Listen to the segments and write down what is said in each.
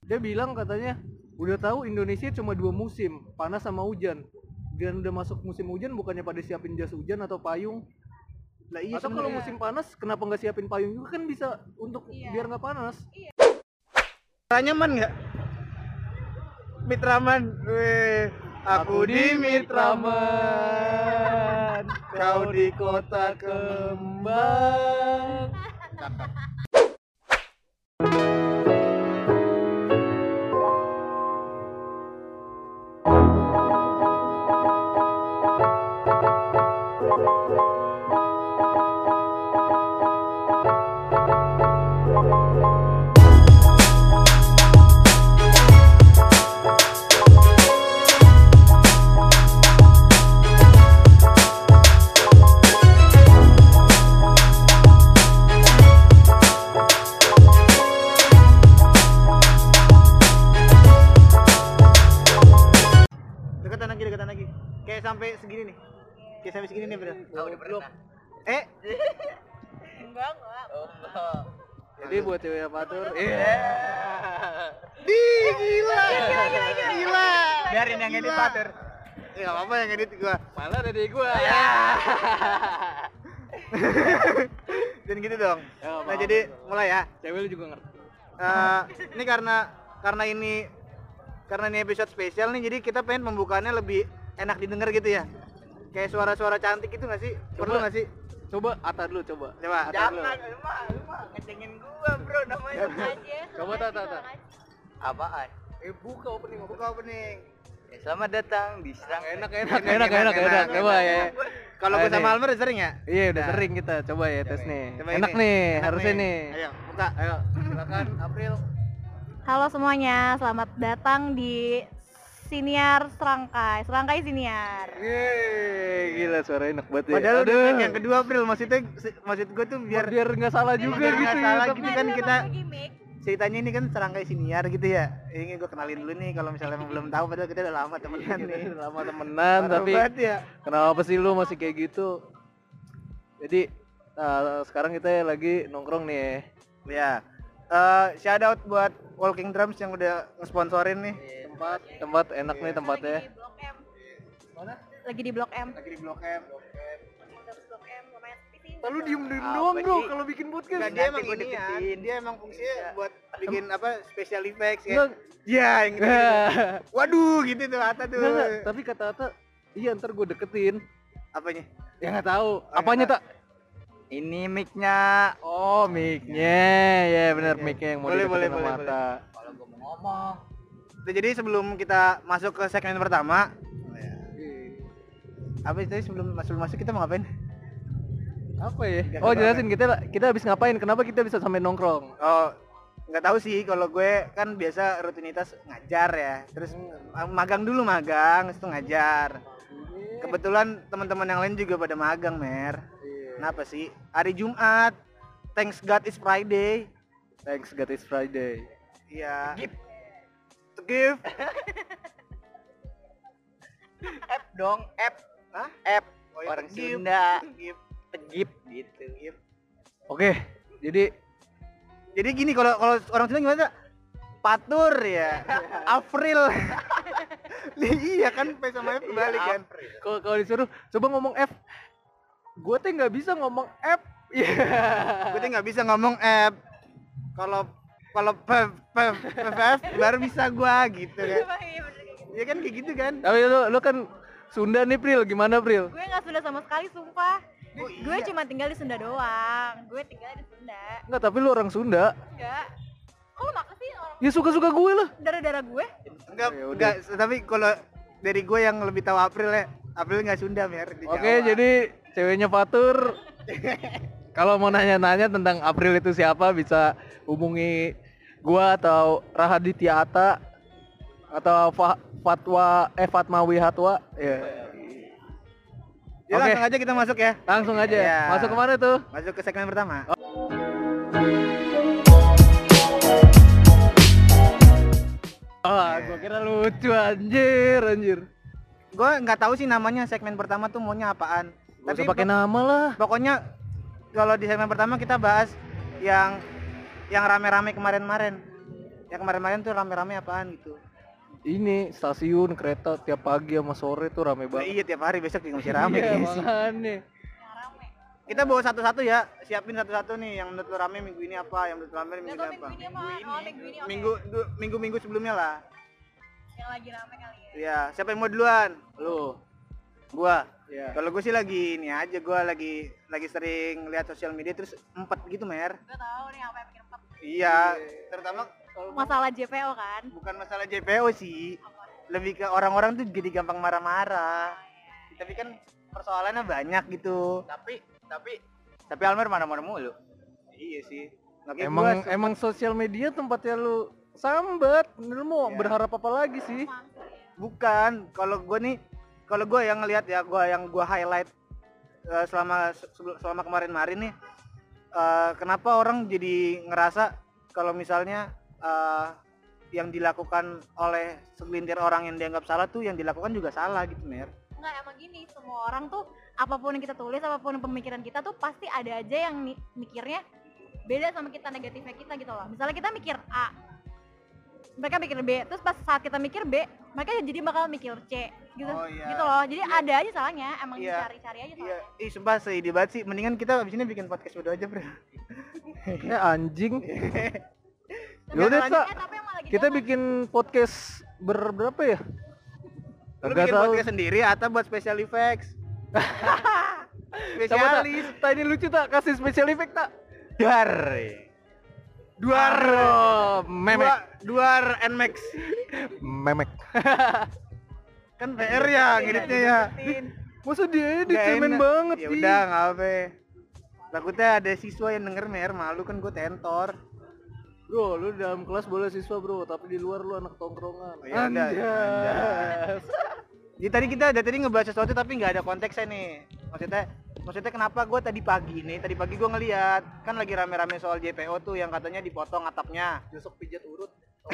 Dia bilang katanya udah tahu Indonesia cuma 2 musim, panas sama hujan. Dan udah masuk musim hujan bukannya pada siapin jas hujan atau payung? Lah iya Atau kalau sebenarnya. musim panas kenapa nggak siapin payung juga kan bisa untuk biar nggak panas? Nyaman nggak? Mitraman, aku di Mitraman, kau di kota kembang. Deketan lagi. Kayak sampai segini nih. Kayak sampai segini nih, Bro. Udah pernah. Enggak. Jadi buat cewek yang patur, Gila. Biarin yang edit patur. Ya enggak apa-apa yang edit gua. malah dari gua. Dan gitu dong. Ya, Nah, maaf. jadi mulai ya. Cewek lu juga ngerti. Ini karena ini episode spesial nih, jadi kita pengen pembukaannya lebih enak didengar gitu ya. Kayak suara-suara cantik gitu nggak sih? Perlu nggak sih? Coba Ata dulu coba. Coba. Atta dulu. lu mah ngecengin gua, Bro, namanya. aja. Coba Tata. Apaan? Buka opening. Buka opening. Ya, selamat datang di Serang. Enak. Enak. Coba ya. Kalau Ayo gue sama nih. Almer sering ya? Iya udah Nah. sering kita coba ya tes nih. Coba Enak ini. nih, Enak harusnya nih. Ayo, buka. Ayo, silakan April. Halo semuanya, selamat datang di Siniar Serangkai Siniar. Yeay, gila suara enak banget ya. Padahal Aduh. dengan yang kedua April, maksud gue tuh biar biar nggak salah juga biar gitu nggak ya. salah tapi- gitu kan kita Gimmick. ceritanya ini kan serangkai siniar gitu ya. Ini gue kenalin dulu nih kalau misalnya emang belum tahu, padahal kita udah lama temenan nih. Udah lama temenan Parah tapi banget ya. kenapa sih lu masih kayak gitu? Jadi sekarang kita lagi nongkrong nih. Ya. Shout out buat Walking Drums yang udah ngesponsorin nih. Tempat enak nih tempatnya. Lagi di Blok M. Mana? Lagi di Blok M. Lagi di Blok M. Udah Blok M lumayan sepi sih. Lalu diem Apa doang bro sih? kalau bikin podcast. Enggak, dia Nanti emang gua ini ya. deketin. Dia emang fungsinya buat bikin apa special effects Enggak. ya. Iya, yang gitu. Waduh, gitu tuh Ata tuh. Enggak, tapi kata Ata, iya ntar gue deketin. Apanya? Ya nggak tahu. Oh, Apanya nggak tak? Ini mic-nya. Oh mic-nya, ya benar Oke. mic-nya yang mau Boleh, dideketin boleh, sama boleh, Ata. Kalau gua mau ngomong. Nah, jadi sebelum kita masuk ke segmen pertama, apa itu sebelum masuk kita mau ngapain? Apa ya? Nggak Oh apa-apa. jelasin kita habis ngapain? Kenapa kita bisa sampai nongkrong? Oh, nggak tahu sih. Kalau gue kan biasa rutinitas ngajar ya. Terus magang dulu terus tuh ngajar. Kebetulan teman-teman yang lain juga pada magang, Mer. Kenapa sih? Hari Jumat. Thanks God it's Friday. Thanks God it's Friday. Iya. To give. F dong, F. Hah? F. Oh, iya, Orang to give. Sunda. Give. Pegip gitu. Oke, jadi Jadi gini, kalau orang Sunda gimana? Patur ya. April. Iya kan, P sama F kebalik kan. kalau disuruh coba ngomong F, gue teh nggak bisa ngomong F. Iya. Gue tuh nggak bisa ngomong F. Kalau F baru bisa gua gitu kan. Ya kan kayak gitu kan. Tapi lu kan Sunda nih Pril, gimana Pril? Gue nggak Sunda sama sekali, sumpah. Oh, Gue iya. cuma tinggal di Sunda doang. Gue tinggal di Sunda. Enggak, tapi lu orang Sunda. Enggak. Kok lu makasih orang Ya suka-suka gue lah. darah-darah gue? Enggak, Ya udah. enggak, tapi kalau dari gue yang lebih tahu April ya. April nggak Sunda, Mer, di Oke, Jawa. jadi ceweknya Fatur. Kalau mau nanya-nanya tentang April itu siapa bisa hubungi gua atau Rahaditya Atta atau Fatmawi Hatwa. Ya. Ya, Oke. langsung aja kita masuk ya. Langsung aja. Ya. Masuk kemana tuh? Masuk ke segmen pertama. Ah, gua kira lucu anjir. Gue nggak tahu sih namanya segmen pertama tuh maunya apaan. Gak usah pakai nama lah. Pokoknya kalau di segmen pertama kita bahas yang rame-rame kemarin-kemarin. Ya kemarin-kemarin tuh rame-rame apaan gitu. Ini stasiun kereta tiap pagi sama sore tuh rame Nah, banget. iya tiap hari besok juga masih rame Iya, guys. makanya. Kita bawa satu-satu ya, siapin satu-satu nih yang menurut lo rame minggu ini apa, yang menurut lo rame minggu ini Atau apa. minggu ini apa? Oh, minggu ini oke. Minggu-minggu sebelumnya lah. Yang lagi rame kali ya. Iya, siapa yang mau duluan? Lu. Gua. Ya. Kalau gue sih lagi ini aja, gua lagi sering lihat sosial media terus empat gitu, Mer. Gue tahu nih apa yang bikin empat. Iya, terutama Masalah JPO kan. bukan masalah JPO sih. Lebih ke orang-orang tuh jadi gampang marah-marah. Tapi kan persoalannya banyak gitu. Tapi Almer mana-mana mulu. Iya sih. Nggak kayak Emang gua, emang sosial media tempatnya lu sambat. Lu mau Iya. berharap apa lagi sih? bukan. Kalau gue yang ngelihat ya, gue highlight selama kemarin-kemarin nih, kenapa orang jadi ngerasa kalau misalnya yang dilakukan oleh segelintir orang yang dianggap salah tuh yang dilakukan juga salah gitu, Mer. Enggak, emang gini, semua orang tuh apapun yang kita tulis, apapun pemikiran kita tuh pasti ada aja yang mikirnya beda sama kita, negatifnya kita gitu loh. Misalnya kita mikir A, mereka mikir B, terus pas saat kita mikir B, mereka jadi bakal mikir C gitu. Oh, iya. Gitu loh. Jadi Iya. ada aja salahnya, emang Iya. dicari-cari aja Iya, salahnya. sumpah seidi banget sih. Mendingan kita abis ini bikin podcast berdua aja, Bro. Anjing. Tapi Yaudah, yang Sa. Tapi yang lagi Kita zaman, bikin podcast berapa ya? Lu Kagak bikin tahu. podcast sendiri atau buat special effects? Coba, Tak. Spesialis. Tadi lucu tak kasih special effect tak? Duar. Duar. Memek. Duar Nmax. Memek. Kan PR ya ngeditnya ya. Masa dia edit Nggak cemen enak. banget Ya sih. udah nggak apa. Takutnya ada siswa yang denger, Mer, malu kan gue tentor. Bro, lu dalam kelas boleh siswa bro, tapi di luar lu anak tongkrongan. Oh, ya udah, Anjas. Jadi tadi kita dari tadi ngebahas sesuatu tapi nggak ada konteksnya nih. Maksudnya kenapa gue tadi pagi gue ngeliat kan lagi rame-rame soal JPO tuh yang katanya dipotong atapnya. Josok pijat urut.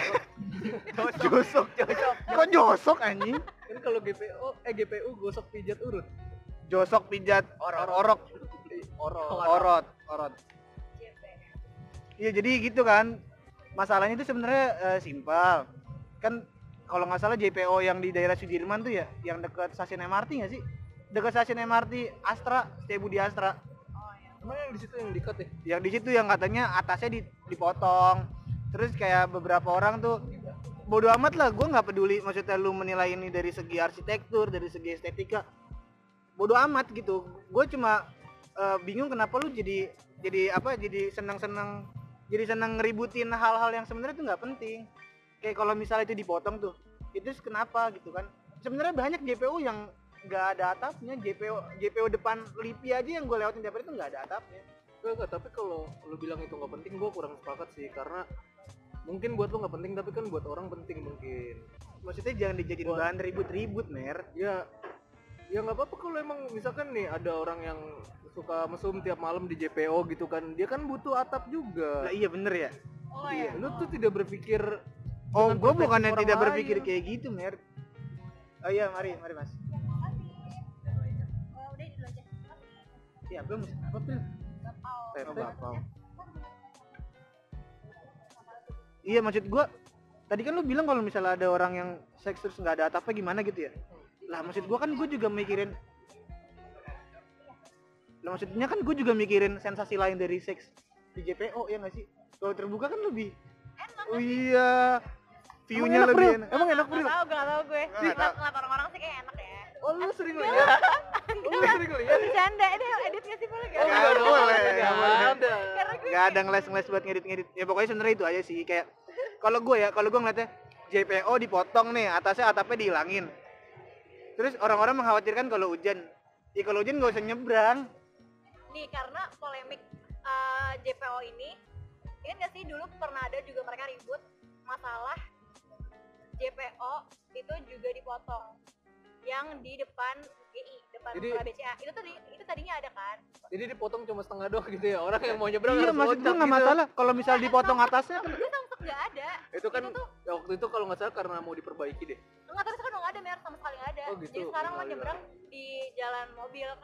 Josok. Kok josok anjing? Kan kalau GPU gosok pijat urut. Josok pijat orok. Orot. Orot. Iya jadi gitu kan. Masalahnya itu sebenarnya simpel. Kan kalau nggak salah JPO yang di daerah Sudirman tuh ya, yang dekat stasiun MRT nggak sih? Dekat stasiun MRT Astra, Setiabudi Astra. Emang yang di situ yang dikat ya? Yang di situ yang katanya atasnya dipotong. Terus kayak beberapa orang tuh bodo amat lah, gue nggak peduli. Maksudnya lu menilai ini dari segi arsitektur, dari segi estetika, bodo amat gitu. Gue cuma bingung kenapa lu jadi senang ngeributin hal-hal yang sebenarnya itu nggak penting. Kayak kalau misalnya itu dipotong tuh, itu kenapa gitu kan? Sebenarnya banyak JPO yang nggak ada atapnya. JPO depan LIPI aja yang gue lewatin tiap hari itu nggak ada atapnya. Enggak, tapi kalau lu bilang itu nggak penting, gue kurang sepakat sih, karena mungkin buat lu nggak penting, tapi kan buat orang penting mungkin. Maksudnya jangan dijadiin bahan ribut-ribut, Mer. Ya nggak apa-apa kalau emang misalkan nih ada orang yang suka mesum tiap malam di JPO gitu kan, dia kan butuh atap juga. Lah iya bener ya. oh ya. Lu tuh tidak berpikir. Oh, dengan gue perspektif bukannya orang tidak lain. berpikir kayak gitu, Mer. Oh iya, mari Mas. Oh, udah itu aja. Iya, belum apa Pil? Tete. Bapau. Iya, maksud gue tadi kan lu bilang kalau misalnya ada orang yang seks terus nggak ada atapnya gimana gitu ya. Lah maksud gue kan gue juga mikirin. Lah maksudnya kan gue juga mikirin sensasi lain dari seks di JPO ya nggak sih? Kalau terbuka kan lebih. Enak. Oh iya. View-nya enak, lebih Bro? enak. Emang enak, Bro? Nggak tahu gue. Nggak tahu. Ngeliat orang-orang sih kayak enak ya. Oh lu sering lihat? Lu sering lihat? Bercanda, ini edit nggak sih boleh Oh, nggak? nggak boleh. Nggak ada. Karena gue Nggak ada ngeles-ngeles buat ngedit-ngedit. Ya pokoknya sebenarnya itu aja sih. Kayak kalau gue ngeliatnya JPO dipotong nih, atasnya atapnya dihilangin. Terus orang-orang mengkhawatirkan kalau hujan. Ya kalau hujan nggak usah nyebrang. nih karena polemik JPO ini, ingat nggak sih dulu pernah ada juga mereka ribut masalah JPO itu juga dipotong yang di depan GI, depan Jadi- sekolah BCA. Itu tadinya ada kan? Jadi dipotong cuma setengah doang gitu ya. Orang yang mau nyebrang Iya harus maksud gue loncat nggak gitu. masalah. Kalau misal dipotong atasnya kan. Itu langsung nggak ada. Itu kan Itu tuh ya, waktu itu kalau nggak salah karena mau diperbaiki deh. nggak, terus kan nggak ada, Mer, sama sekali nggak ada. Oh, gitu. Jadi sekarang Oh, lo iya. nyebrang di jalan mobil kan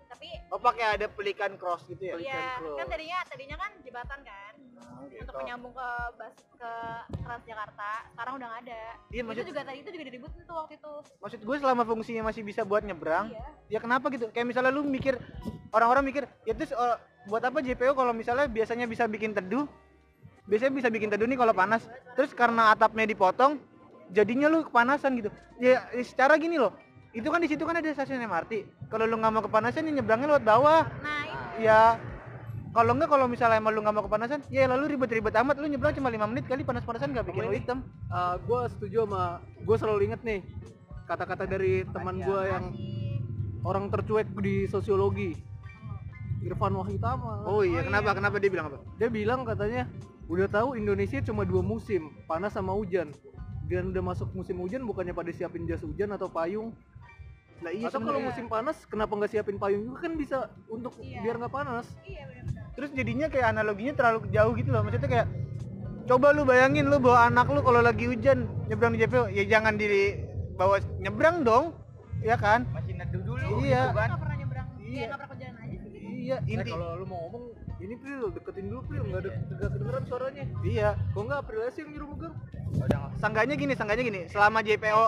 Tapi Oh, pakai ada pelikan cross gitu ya? iya, cross. kan tadinya kan jembatan kan untuk menyambung ke Transjakarta. Sekarang udah nggak ada. Iya, maksud Itu juga diributin tuh waktu itu. maksud gue selama fungsinya masih bisa buat nyebrang, Iya. ya kenapa gitu? Kayak misalnya lu mikir, orang-orang mikir, ya terus buat apa JPO kalau misalnya biasanya bisa bikin teduh? Biasanya bisa bikin teduh nih kalau panas. Terus karena atapnya dipotong, jadinya lu kepanasan gitu. Ya secara gini loh. Itu kan di situ kan ada stasiun MRT. Kalau lu nggak mau kepanasan, ya nyebrangnya lewat bawah. Nah, itu. Ya kalau enggak, kalau misalnya emang lu nggak mau kepanasan, ya lalu ribet-ribet amat, lu nyebrang cuma 5 menit kali, panas-panasan nggak bikin lu hitam. Gue setuju sama, gue selalu inget nih kata-kata dari teman gue yang orang tercuek di sosiologi, Irfan Wahitama. Oh iya, kenapa dia bilang apa? Dia bilang katanya udah tahu Indonesia cuma 2 musim, panas sama hujan. Dan udah masuk musim hujan, bukannya pada siapin jas hujan atau payung. Lah iya, Atau kalau musim panas kenapa nggak siapin payung juga, kan bisa untuk biar nggak panas. Iya benar-benar. terus jadinya kayak analoginya terlalu jauh gitu loh. Maksudnya kayak coba lu bayangin lu bawa anak lu kalau lagi hujan nyebrang di JPO, ya jangan dibawa nyebrang dong, ya kan? Masih neduh dulu Iya. gitu kan. Nggak pernah nyebrang. Iya. Kayak nggak pernah ke jalan aja sih. Iya, inti Kalau lu mau ngomong ini Pril, deketin dulu Pril, nggak kedengeran suaranya. iya. Kok nggak Pril aja yang nyuruh megang? Sangganya gini, selama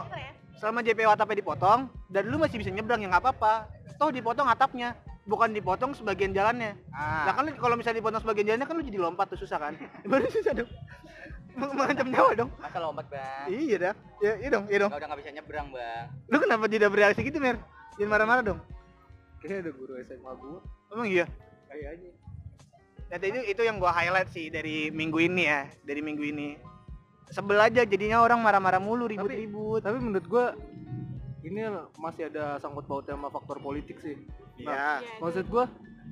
JPO atapnya dipotong dan lu masih bisa nyebrang, ya nggak apa-apa. Toh dipotong atapnya, bukan dipotong sebagian jalannya. Nah kan kalau misalnya dipotong sebagian jalannya kan lu jadi lompat tuh, susah kan? Baru susah dong. Mengancam nyawa dong. Masa lompat, Bang? Iya dah. Ya, iya dong. Udah nggak bisa nyebrang, Bang. Lu kenapa tidak bereaksi gitu, Mer? Jangan marah-marah dong. Kayaknya ada guru SMA gua. Emang iya? Kayaknya. Nah, itu yang gua highlight sih dari minggu ini ya, sebel aja jadinya orang marah-marah mulu, ribut-ribut. Tapi menurut gua ini masih ada sangkut pautnya sama faktor politik sih. Iya. Maksud gua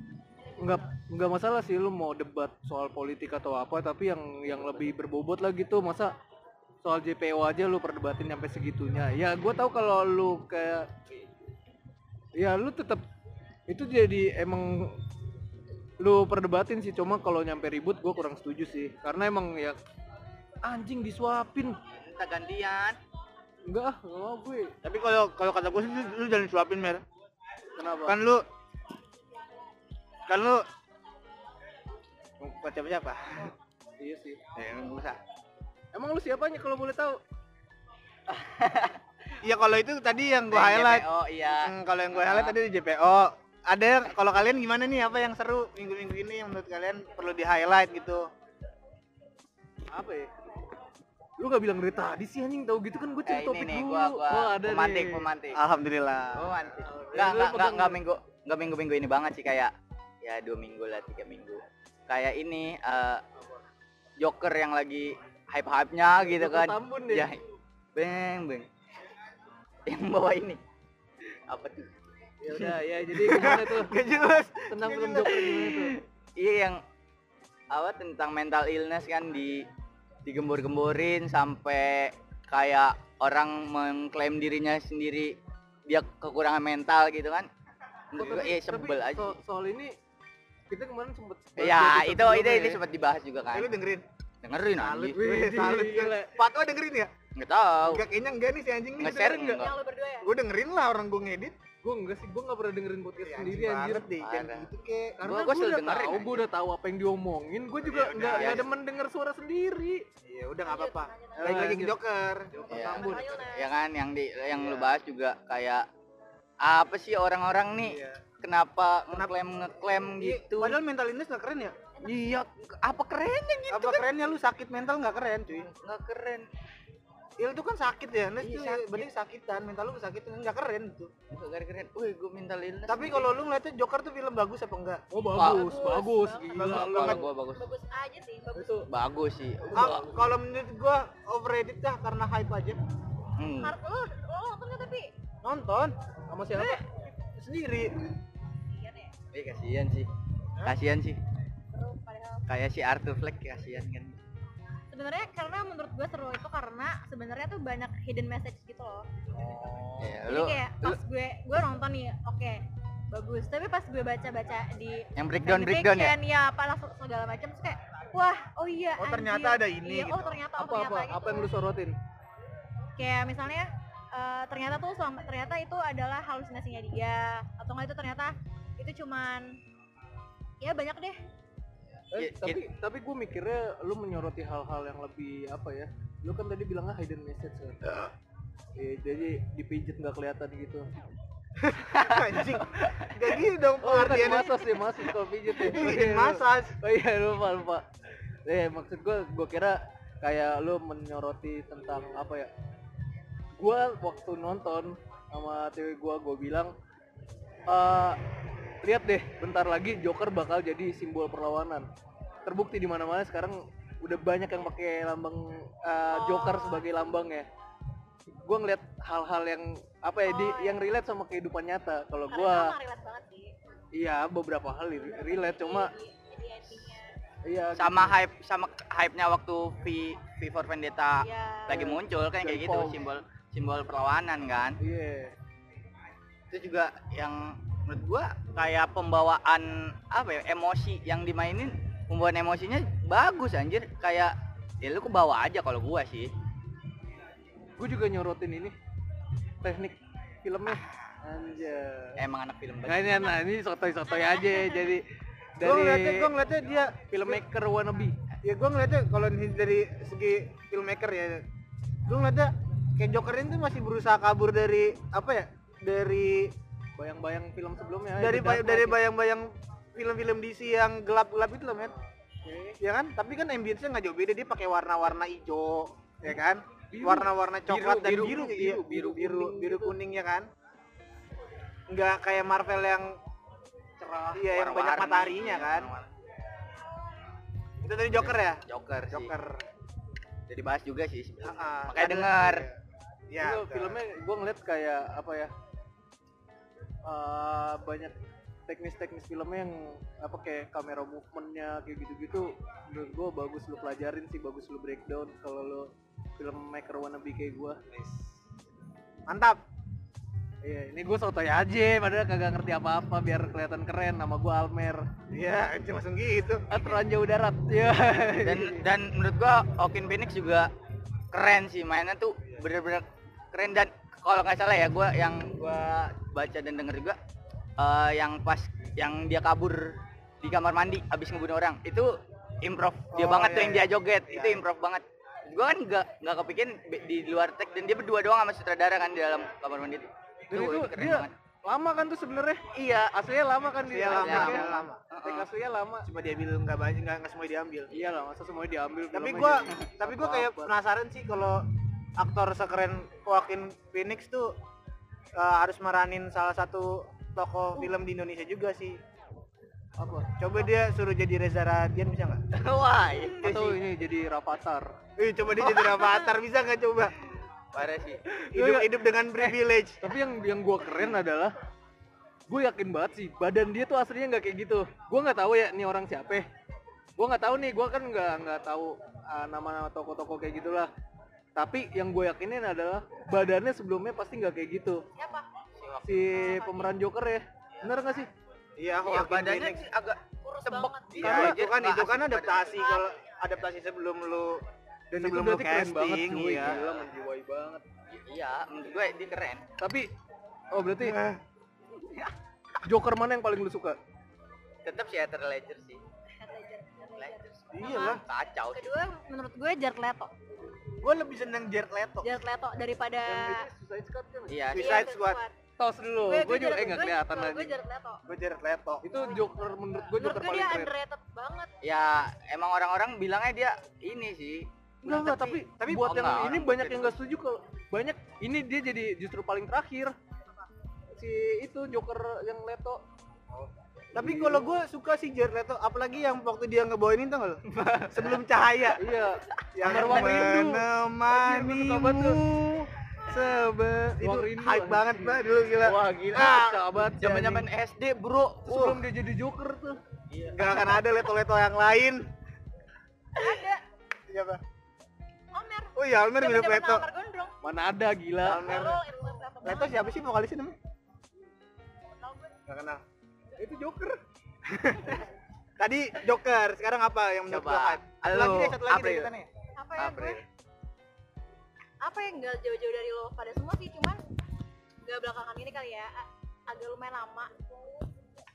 nggak masalah sih lu mau debat soal politik atau apa, tapi yang lebih berbobot lah gitu. Masa soal JPO aja lu perdebatin sampai segitunya. Ya gua tahu kalau lu kayak ya lu tetap itu jadi emang lu perdebatin sih, cuma kalau nyampe ribut gua kurang setuju sih. Karena emang ya anjing disuapin. Kita gantian. Enggak mau gue. Tapi kalau kata gue sih lu jangan disuapin, Mer. Kenapa? Kan lu bukan siapa-siapa. Iya sih. Enggak usah. Emang lu siapanya kalau boleh tahu? Iya, kalau itu tadi yang gua highlight. Oh iya. Kalau yang gua highlight tadi di JPO. Ada, kalau kalian gimana nih, apa yang seru minggu-minggu ini yang menurut kalian perlu di highlight gitu? Apa ya? Lu gak bilang dari tadi sih anjing, tahu gitu kan gue cari topik Ini nih, dulu. gua Oh, ada pemantik. Alhamdulillah. Pemantik. Ya, lu pegang Enggak minggu ini banget sih, kayak ya 2 minggu lah, 3 minggu. Kayak ini Joker yang lagi hype-hype-nya gitu Joker kan. Tambun deh. Ya. Beng. Yang bawa ini. Apa tuh? Ya udah ya, jadi gimana tuh? Gak jelas. Tentang film Joker gimana tuh? Iya, yang apa tentang mental illness kan digembor-gemborin sampai kayak orang mengklaim dirinya sendiri dia kekurangan mental gitu kan. Menurut gua, sebel aja. Soal ini kita kemarin sempet Ya, itu sempat dibahas juga kan. Lu dengerin? Dengerin anjing. Wih, salut. gila. Fatwa dengerin ya? Enggak tahu. Enggak, kayaknya enggak nih si anjing nih. Nge-share Dengerin nggak? enggak? Yang lu berdua ya? Gue dengerin lah, orang gue ngedit. Gue enggak sih, gue gak pernah dengerin podcast sendiri Anjing anjir. banget deh, jangan Parah. gitu kek. Karena Gua gue selalu udah dengerin tahu, aja. gue udah tahu apa yang diomongin. Gue juga Ya udah, nggak ya. demen denger suara sendiri. Iya, udah enggak apa-apa. Lanjut. Balik lagi ke Lanjut. Joker. Iya. Tambun. Ya kan yang lu bahas juga kayak apa sih orang-orang nih Iya. kenapa ngeklaim gitu. Padahal mental illness gak keren ya? Iya, apa kerennya gitu Apa kan? kerennya lu sakit mental gak keren, cuy? Nggak keren. Il itu kan sakit ya, illness Iya, itu sakit. berarti kesakitan, mental lu kesakitan, nggak keren gitu. Nggak keren. Wih, gue mental illness. Tapi kalau lu ngeliatnya Joker tuh film bagus apa enggak? Oh bagus, bagus, gila. kalau gua bagus. Bagus aja sih, bagus. Itu Bagus sih. Kalau menurut gua overrated dah karena hype aja. Hmm. Lu nonton nggak tapi? Nonton sama siapa? sendiri. Iya deh. Kasihan sih. Kasihan sih. Seru padahal. Kayak si Arthur Fleck, kasihan kan. Sebenarnya karena menurut gue seru itu karena sebenarnya tuh banyak hidden message gitu loh. Ya, Jadi kayak pas gue nonton nih, oke, bagus. Tapi pas gue baca-baca di yang breakdown ya. ya apa langsung segala macam terus kayak wah, oh iya Oh, anjir. ternyata ada ini Iya, gitu. oh ternyata Apa gitu. apa yang lu sorotin? Kayak misalnya ternyata itu adalah halusinasinya dia atau enggak itu ternyata itu cuman ya banyak deh. Tapi gue mikirnya lu menyoroti hal-hal yang lebih apa ya? Lu kan tadi bilangnya hidden message kan? Jadi dipijet nggak kelihatan gitu. Anjing. Gak gitu dong Oh kan pengertiannya. masas ya, masas kalau pijet ya. Hidden massage. Oh iya lupa. Maksud gue kira kayak lu menyoroti tentang apa ya? Gue waktu nonton sama cewek gue bilang lihat deh, bentar lagi Joker bakal jadi simbol perlawanan. Terbukti di mana-mana sekarang udah banyak yang pakai lambang Joker sebagai lambang ya. Gue ngeliat hal-hal yang apa ya, yang relate sama kehidupan nyata. Kalau gue, Relate banget sih. iya beberapa hal relate, cuma Di endingnya. iya sama hype-nya waktu V for Vendetta Iya. lagi muncul kan kayak gitu, simbol perlawanan kan. Iya. Itu juga yang menurut gua kayak pembawaan apa ya, emosi yang dimainin, pembawaan emosinya bagus anjir, kayak ya lu kebawa aja kalau gua sih. Gue juga nyorotin ini teknik filmnya. Anjay. Emang anak film banget. Ini sotoy-sotoy aja jadi Gue dari ngeliatnya dia filmmaker wannabe. ya gue ngeliatnya kalau dari segi filmmaker ya, gue ngeliatnya kayak Joker ini tuh masih berusaha kabur dari apa ya, dari Bayang-bayang film sebelumnya. dari The Dark dari Knight. bayang-bayang film-film DC yang gelap-gelap itu loh men. Ya kan, tapi kan ambience-nya nggak jauh beda, dia pakai warna-warna hijau ya kan, warna-warna coklat dan biru kuning ya kan, nggak kayak Marvel yang Cerah, iya yang banyak warna-warni. mataharinya kan. Itu tadi Joker ya? Joker sih. Joker. Jadi bahas juga sih sebenarnya. Ah, Makanya ada- dengar. Ya, Itu betul. filmnya gue ngeliat kayak apa ya, banyak teknis-teknis filmnya yang apa kayak kamera movementnya kayak gitu-gitu. Menurut gue bagus lu pelajarin sih, bagus lu breakdown kalau lu filmmaker wannabe kayak gue. Mantap. Iya, ini gue sotoy aja padahal kagak ngerti apa-apa biar kelihatan keren. Nama gue Almer. Iya, langsung gitu. Aturan jauh darat. Ya. Dan menurut gua Joaquin Phoenix juga keren sih, mainnya tuh bener-bener keren. Dan kalau nggak salah ya, yang gua baca dan denger juga yang pas yang dia kabur di kamar mandi abis ngebunuh orang itu improv dia Oh, banget tuh iya, yang iya. dia joget. Iya, Itu iya. improv banget. Gua kan nggak kepikiran di luar tag, dan dia berdua doang sama sutradara kan di dalam kamar mandi itu. Dan itu keren dia banget. lama kan tuh sebenarnya. Iya, Aslinya lama kan dia. Iya, lama, Aslinya lama. Take aslinya lama. Cuma diambil nggak banyak, nggak semua diambil. Iya lah, masa semuanya diambil. Tapi filmnya gua jadi kayak apa-apa. penasaran sih kalau aktor sekeren Joaquin Phoenix tuh harus meranin salah satu tokoh film di Indonesia juga sih. apa? Coba dia suruh jadi Reza Radian bisa nggak? wah itu Atau sih ini jadi Rafathar. Coba dia jadi Rafathar bisa nggak coba? parah sih. Hidup dengan privilege. Tapi yang gua keren adalah gue yakin banget sih badan dia tuh aslinya nggak kayak gitu. Gue nggak tahu ya ini orang siapa. Gue nggak tahu nih, gue kan nggak tahu nama-nama tokoh-tokoh kayak gitulah. Tapi yang gue yakinin adalah badannya sebelumnya pasti nggak kayak gitu. Siapa? Si pemeran Joker ya, bener nggak sih? Iya, Iya, Joaquin badannya Phoenix. sih agak Kurus tebek. banget. Iya, Karena dia itu nggak kan asik adaptasi, kalau adaptasi sebelum lu Dan sebelum itu lu berarti keren banget casting, cuy, iya. gila menjiwai banget. Iya, menurut gue dia keren. Tapi oh berarti Joker mana yang paling lu suka? Tetap sih Heath Ledger sih. Ledger. Iyalah. Kacau sih. Kedua menurut gue Jared Leto. Gue lebih seneng Jared Leto. Jared Leto daripada Suicide Squad kan? Iya. Suicide Squad. Tos dulu, gue juga nggak kelihatan Gue lagi. Jared Leto. Gue Jared Leto. Itu Joker menurut gue Menurut Joker gue paling dia keren. underrated banget. Ya emang orang-orang bilangnya dia ini sih. Enggak, tapi buat oh, yang enggak, ini orang banyak mungkin. yang nggak setuju kalau banyak ini dia jadi justru paling terakhir. Si itu Joker yang Leto. Tapi kalau gue suka sih Jared Leto, apalagi yang waktu dia ngebawain itu nggak lo? Sebelum cahaya. Iya. Yang Ruang Rindu. Anjir, gua suka banget tuh. menemanimu. Itu Ruang Rindu, hype anjing. banget banget dulu gila. Wah gila, Ah, sahabat. Zaman-zaman SD, Bro. sebelum dia jadi Joker tuh. Gak akan ada Leto-Leto yang lain. Ada. Siapa? Omer. Oh iya, Almer mirip Zaman-zaman Leto. Omer Gondrong. Mana ada gila. Almer. Leto itu Leto Leto banget. siapa sih vokalisnya namanya? Tahu gue. Gak kenal. Itu Joker. Tadi Joker, sekarang apa yang menurut Coba. lo hype? Satu Halo, lagi deh, satu lagi deh April. kita nih. Apa ya gue? April. Apa yang gak jauh-jauh dari lo pada semua sih, cuman gak belakangan ini kali ya, agak lumayan lama.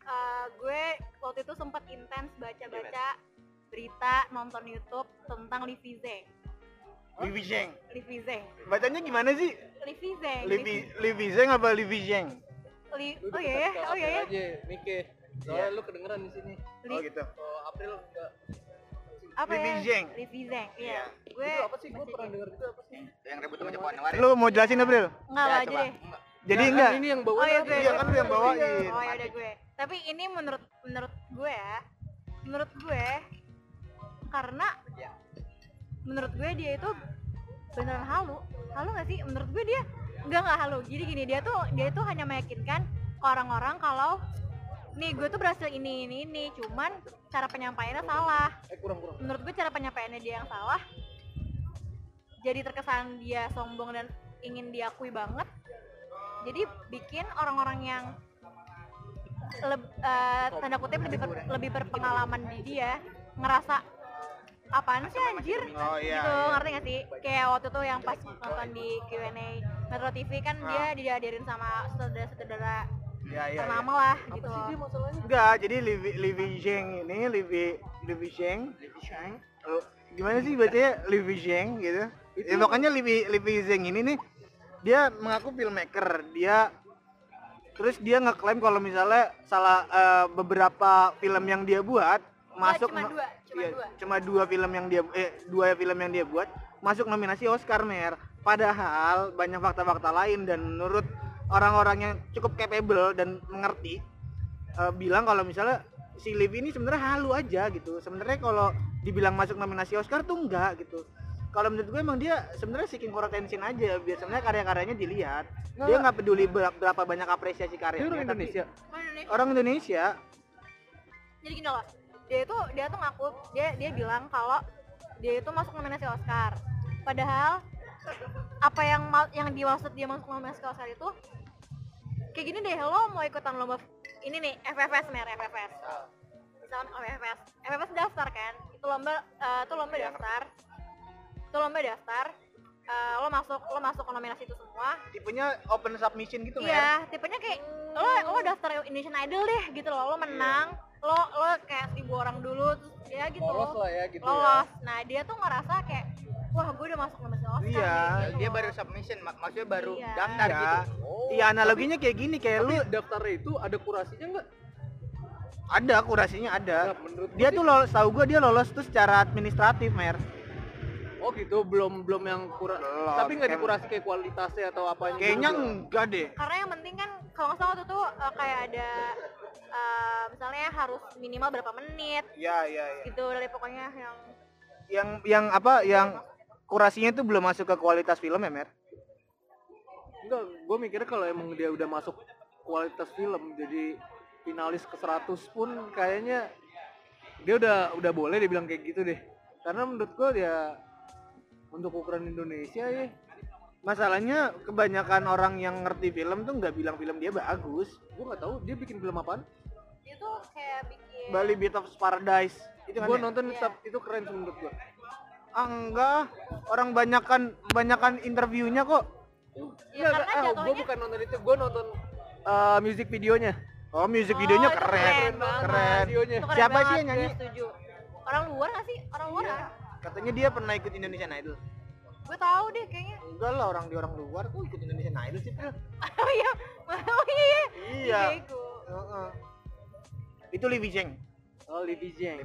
gue waktu itu sempat intens baca-baca berita, nonton YouTube tentang Livi Zeng. Livi Zeng. Livi Zeng. Bacanya gimana sih? Livi Zeng. Livi Zeng apa Livi Zeng? Oh iya, oh iya. aja Mike. Soalnya lu kedengeran di sini. Oh gitu. Oh, April enggak. Apa Livi ya? Zeng. Livi Zeng. Iya. Gue Itu apa sih? Gua pernah denger itu apa sih? Yang ribut sama Jepang kemarin. Lu mau jelasin April? enggak Ya, aja coba. deh. Jadi Nah, enggak. Ini yang bawa. Oh iya, gue. Iya kan lu yang bawain. Oh ya udah gue. Tapi ini menurut gue ya. Menurut gue karena menurut gue dia itu beneran halu nggak sih? Menurut gue dia nggak halu. Jadi gini, dia tuh hanya meyakinkan ke orang-orang kalau nih gue tuh berhasil ini, cuman cara penyampaiannya salah. Kurang. Menurut gue cara penyampaiannya dia yang salah, jadi terkesan dia sombong dan ingin diakui banget, jadi bikin orang-orang yang tanda kutip lebih berpengalaman di dia ngerasa apaan sih anjir. Oh iya. Gitu, ngerti gak sih? Kayak waktu tuh yang pas nonton di Q&A Metro TV kan dia dihadirin sama saudara-saudara Iya. ternama lah Apa gitu. sih dia masalahnya? Enggak, jadi Livi Zeng ini Livi Zeng. Gimana sih bacanya Livi Zeng gitu? Ya pokoknya Livi Zeng ini nih dia mengaku filmmaker. Terus dia ngeklaim kalau misalnya beberapa film yang dia buat masuk cuma dua film yang dia buat masuk nominasi Oscar, Mer. Padahal banyak fakta-fakta lain dan menurut orang-orang yang cukup capable dan mengerti bilang kalau misalnya si Liv ini sebenarnya halu aja gitu. Sebenarnya kalau dibilang masuk nominasi Oscar tuh enggak gitu. Kalau menurut gue emang dia sebenarnya seeking for attention aja. Biasanya karya-karyanya dilihat. Dia nggak peduli berapa banyak apresiasi karyanya. Dia orang Indonesia. Orang Indonesia. Jadi gini loh, dia tuh ngaku, dia bilang kalau dia itu masuk nominasi Oscar. Padahal apa yang dimaksud dia masuk nominasi Oscar itu kayak gini deh, lo mau ikutan lomba ini nih FFS misalkan FFS daftar kan, itu lomba daftar, lo masuk ke nominasi itu semua. Tipenya open submission gitu, Mer. Iya, tipenya kayak lo daftar Indonesian Idol deh gitu loh, lo menang, lo kayak 1000 orang dulu terus ya gitu. Lolos lah ya gitu. Lolos. Nah, dia tuh ngerasa kayak wah, gue udah masuk nominasi Oscar. Iya, gitu Dia loh. baru submission, maksudnya baru Iya. daftar Iya. gitu. Iya, analoginya kayak gini, kayak Tapi lu daftarnya itu ada kurasinya enggak? ada kurasinya ada. Nah, menurut Dia gue tuh lolos, tahu gue dia lolos tuh secara administratif, Mer. Oh gitu, belum yang kurang. Belum. Tapi nggak dikurasi kayak kualitasnya atau apanya? Kayaknya gitu. enggak deh. Karena yang penting kan kalau nggak salah waktu itu kayak ada misalnya harus minimal berapa menit Iya. gitu dari pokoknya Yang kurasinya tuh belum masuk ke kualitas film ya, Mer. Enggak, gue mikirnya kalau emang dia udah masuk kualitas film jadi finalis ke 100 pun kayaknya dia udah boleh dibilang kayak gitu deh. Karena menurut gue dia untuk ukuran Indonesia ya. Masalahnya kebanyakan orang yang ngerti film tuh nggak bilang film dia bagus. Gue nggak tahu dia bikin film apaan. dia tuh kayak bikin Bali Beat of Paradise itu kan. Gue ya? nonton Iya. itu keren sih menurut gue. Ah, enggak. Orang banyakan interviewnya kok. ya karena gue jatuhnya bukan nonton itu, gue nonton music videonya. Oh, music videonya itu keren. banget. Keren. Videonya. Itu keren Siapa sih banget, yang nyanyi? gue setuju. Orang luar nggak sih? Orang luar kan? Katanya dia pernah ikut Indonesian Idol. Gue tahu deh kayaknya. Enggak lah, orang luar kok ikut Indonesian Idol sih, Phil. Oh iya, iya. Iya. Ikut. Heeh. Itu Livi Zeng. Oh, Livi Zeng.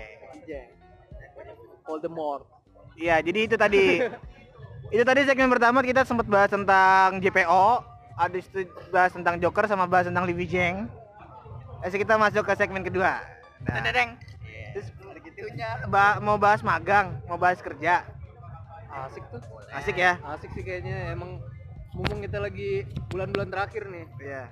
Voldemort. Iya, jadi itu tadi. Itu tadi segmen pertama kita sempat bahas tentang JPO, habis itu bahas tentang Joker sama bahas tentang Livi Zeng. Kita masuk ke segmen kedua. Nah, Dedeng. terus Ada gitunya. mau bahas magang, mau bahas kerja. Asik tuh. Asik ya? Asik sih kayaknya, emang mumpung kita lagi bulan-bulan terakhir nih. Iya.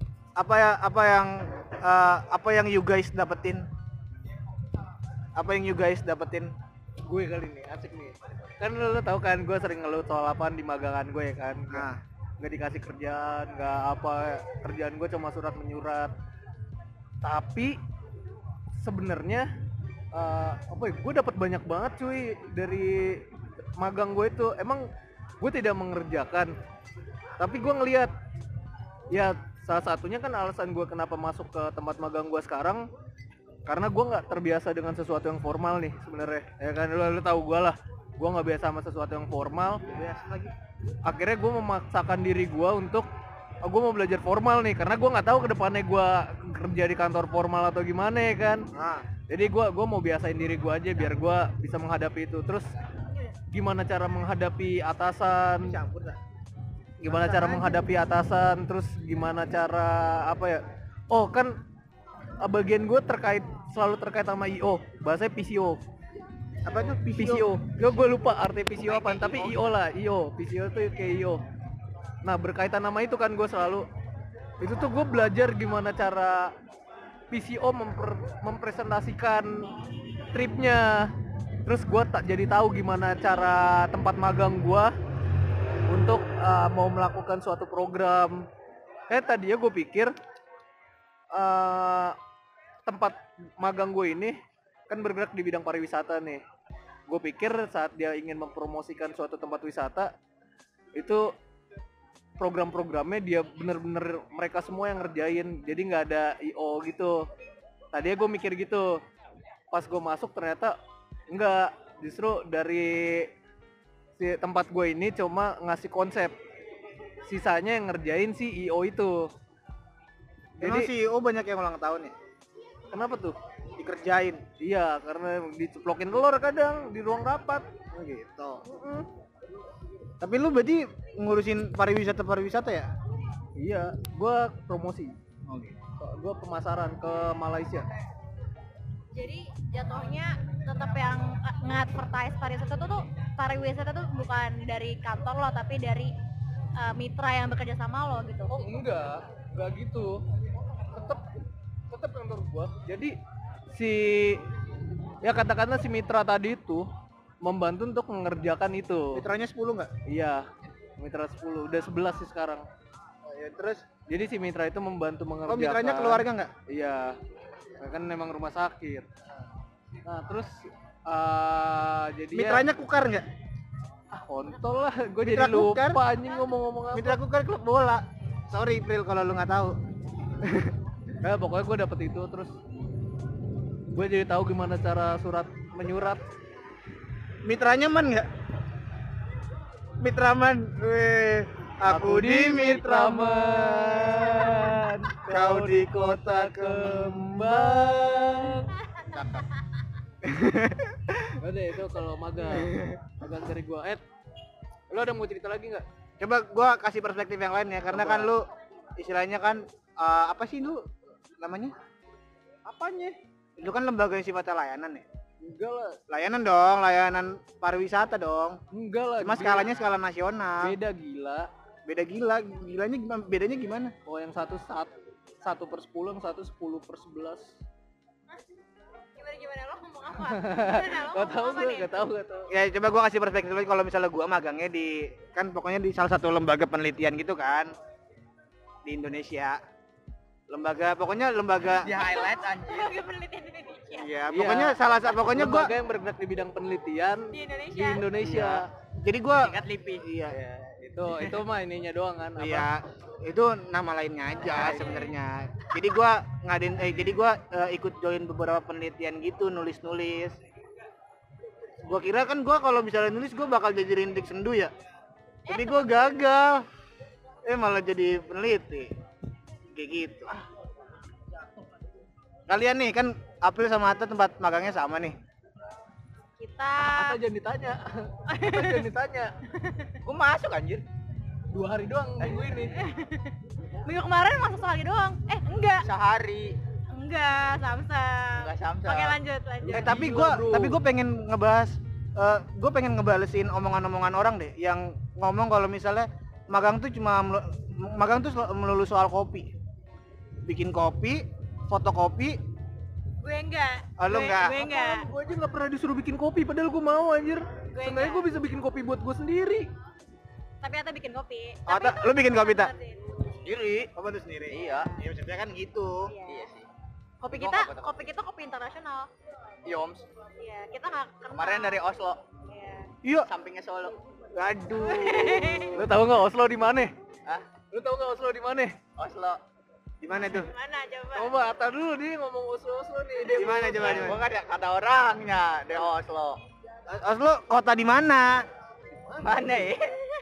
Apa yang you guys dapetin? Apa yang you guys dapetin? Gue kali nih, asik nih. Kan lo tau kan, gue sering ngeluh soal apaan di magangan gue ya kan. Nah, Nggak dikasih kerjaan, nggak apa, kerjaan gue cuma surat menyurat. Tapi sebenarnya gue dapat banyak banget cuy dari magang gue itu. Emang gue tidak mengerjakan, tapi gue ngelihat ya salah satunya kan alasan gue kenapa masuk ke tempat magang gue sekarang karena gue nggak terbiasa dengan sesuatu yang formal nih sebenarnya. Ya kan lu tahu gue lah, gue nggak biasa sama sesuatu yang formal. Biasa lagi. Akhirnya gue memaksakan diri gue untuk gue mau belajar formal nih karena gue nggak tahu kedepannya gue kerja di kantor formal atau gimana ya kan. Nah, Jadi gue mau biasain diri gue aja biar gue bisa menghadapi itu. Terus gimana cara menghadapi atasan? campur dah. Gimana cara menghadapi atasan? Terus gimana cara apa ya? Oh kan bagian gue selalu terkait sama IO. Bahasanya PCO. Apa tuh PCO. Gue lupa arti PCO apa, tapi IO lah, IO. PCO tuh kayak IO. Nah berkaitan sama itu kan gue selalu itu tuh gue belajar gimana cara PCO mempresentasikan tripnya. Terus gue jadi tahu gimana cara tempat magang gue untuk mau melakukan suatu program. Tadinya gue pikir tempat magang gue ini kan bergerak di bidang pariwisata nih. Gue pikir saat dia ingin mempromosikan suatu tempat wisata itu program-programnya dia bener-bener mereka semua yang ngerjain, jadi nggak ada IO gitu. Tadinya gue mikir gitu, pas gue masuk ternyata enggak, justru dari si tempat gue ini cuma ngasih konsep, sisanya yang ngerjain si IO itu. Emang Jadi CEO banyak yang ulang tahun ya? kenapa tuh? Dikerjain. Iya, karena diceplokin telur kadang di ruang rapat. Oh gitu. Tapi lu berarti ngurusin pariwisata ya? Iya, gue promosi, Oh gitu. gue pemasaran ke Malaysia. Jadi jatuhnya tetap yang nge-advertise pariwisata tuh bukan dari kantor lo tapi dari mitra yang bekerja sama lo gitu. Oh enggak gitu. Tetap kantor gua. Jadi ya katakanlah si mitra tadi itu membantu untuk mengerjakan itu. Mitranya 10 nggak? Iya, mitra 10, udah 11 sih sekarang. Oh ya terus. Jadi si mitra itu membantu mengerjakan. Oh mitranya keluarga nggak? Iya, kan memang rumah sakit. Nah terus jadi Mitranya kukar nggak? kontol lah, gue Mitra jadi lupa Kukar? anjing ngomong-ngomong apa. Mitra kukar klub bola. Sorry April kalau lu nggak tahu. Ya pokoknya gue dapet itu, terus gue jadi tahu gimana cara menyurat. Mitranya man nggak? Mitraman. Weh, aku di Mitraman. Kau di kota kembang. Udah itu kalau magang dari gue. Lo ada mau cerita lagi nggak? Coba gua kasih perspektif yang lain ya, karena Coba. kan lu istilahnya kan apa sih lu namanya? Apanya? Lu kan lembaga yang sifatnya layanan ya. Enggak lah. Layanan dong, layanan pariwisata dong. Enggak lah. Cuma gila. skalanya skala nasional. beda gila. Beda gila. Gilanya gimana? Bedanya gimana? Oh yang satu 1/10, yang satu 10/11. Gimana lo ngomong apa? Gimana lo Gak tahu ngomong apa gue, nih? gak tahu. Ya coba gua kasih perspektif lagi kalau misalnya gua magangnya di kan pokoknya di salah satu lembaga penelitian gitu kan di Indonesia. Pokoknya lembaga Di highlight anjir. Lembaga penelitian Indonesia ya pokoknya pokoknya gua lembaga yang bergerak di bidang penelitian di di Indonesia. Indonesia. jadi gua Tingkat LIPI. iya Ya, itu mah ininya doang kan. apa? iya itu nama lainnya aja sebenarnya. Jadi gua ikut join beberapa penelitian gitu, nulis-nulis. Gua kira kan gua kalau misalnya nulis gua bakal jadi rintik sendu ya. Tapi gua gagal. Malah jadi peneliti. Kayak gitu. Kalian nih kan April sama Atta tempat magangnya sama nih. Kita Atau jangan ditanya. Atau jangan ditanya. Gue masuk anjir. 2 hari doang minggu ini. minggu kemarin masuk sekali doang. Enggak. Sehari. Enggak, Samsung. Enggak Samsung. Oke lanjut. Tapi Gila, bro. gue pengen ngebahas gue pengen ngebalesin omongan-omongan orang deh yang ngomong kalau misalnya magang tuh melulu soal kopi. Bikin kopi, fotokopi. Gue enggak. Oh, lu enggak? Gue enggak. Gue aja nggak pernah disuruh bikin kopi, padahal gue mau anjir. Gue Sebenarnya enggak. gue bisa bikin kopi buat gue sendiri. Tapi Ata bikin kopi. Oh, Atta, lu bikin kopi, Tak? Sendiri. Apa tuh sendiri? Iya. Ya maksudnya kan gitu. Iya sih. Kopi Gua kita, nggak foto. kopi kita kopi internasional. Yoms. Iya, kita nggak kenal. Kemarin dari Oslo. Iya. Iya. Sampingnya Solo. Aduh. Lo tahu nggak Oslo di mana? Hah? Lo tahu nggak Oslo di mana? Oslo. Gimana tuh? Mana coba? Coba Ata dulu nih ngomong Oslo nih. Dia Gimana coba? Gua kan kata orangnya di Oslo. Oslo kota di mana? Mana ya?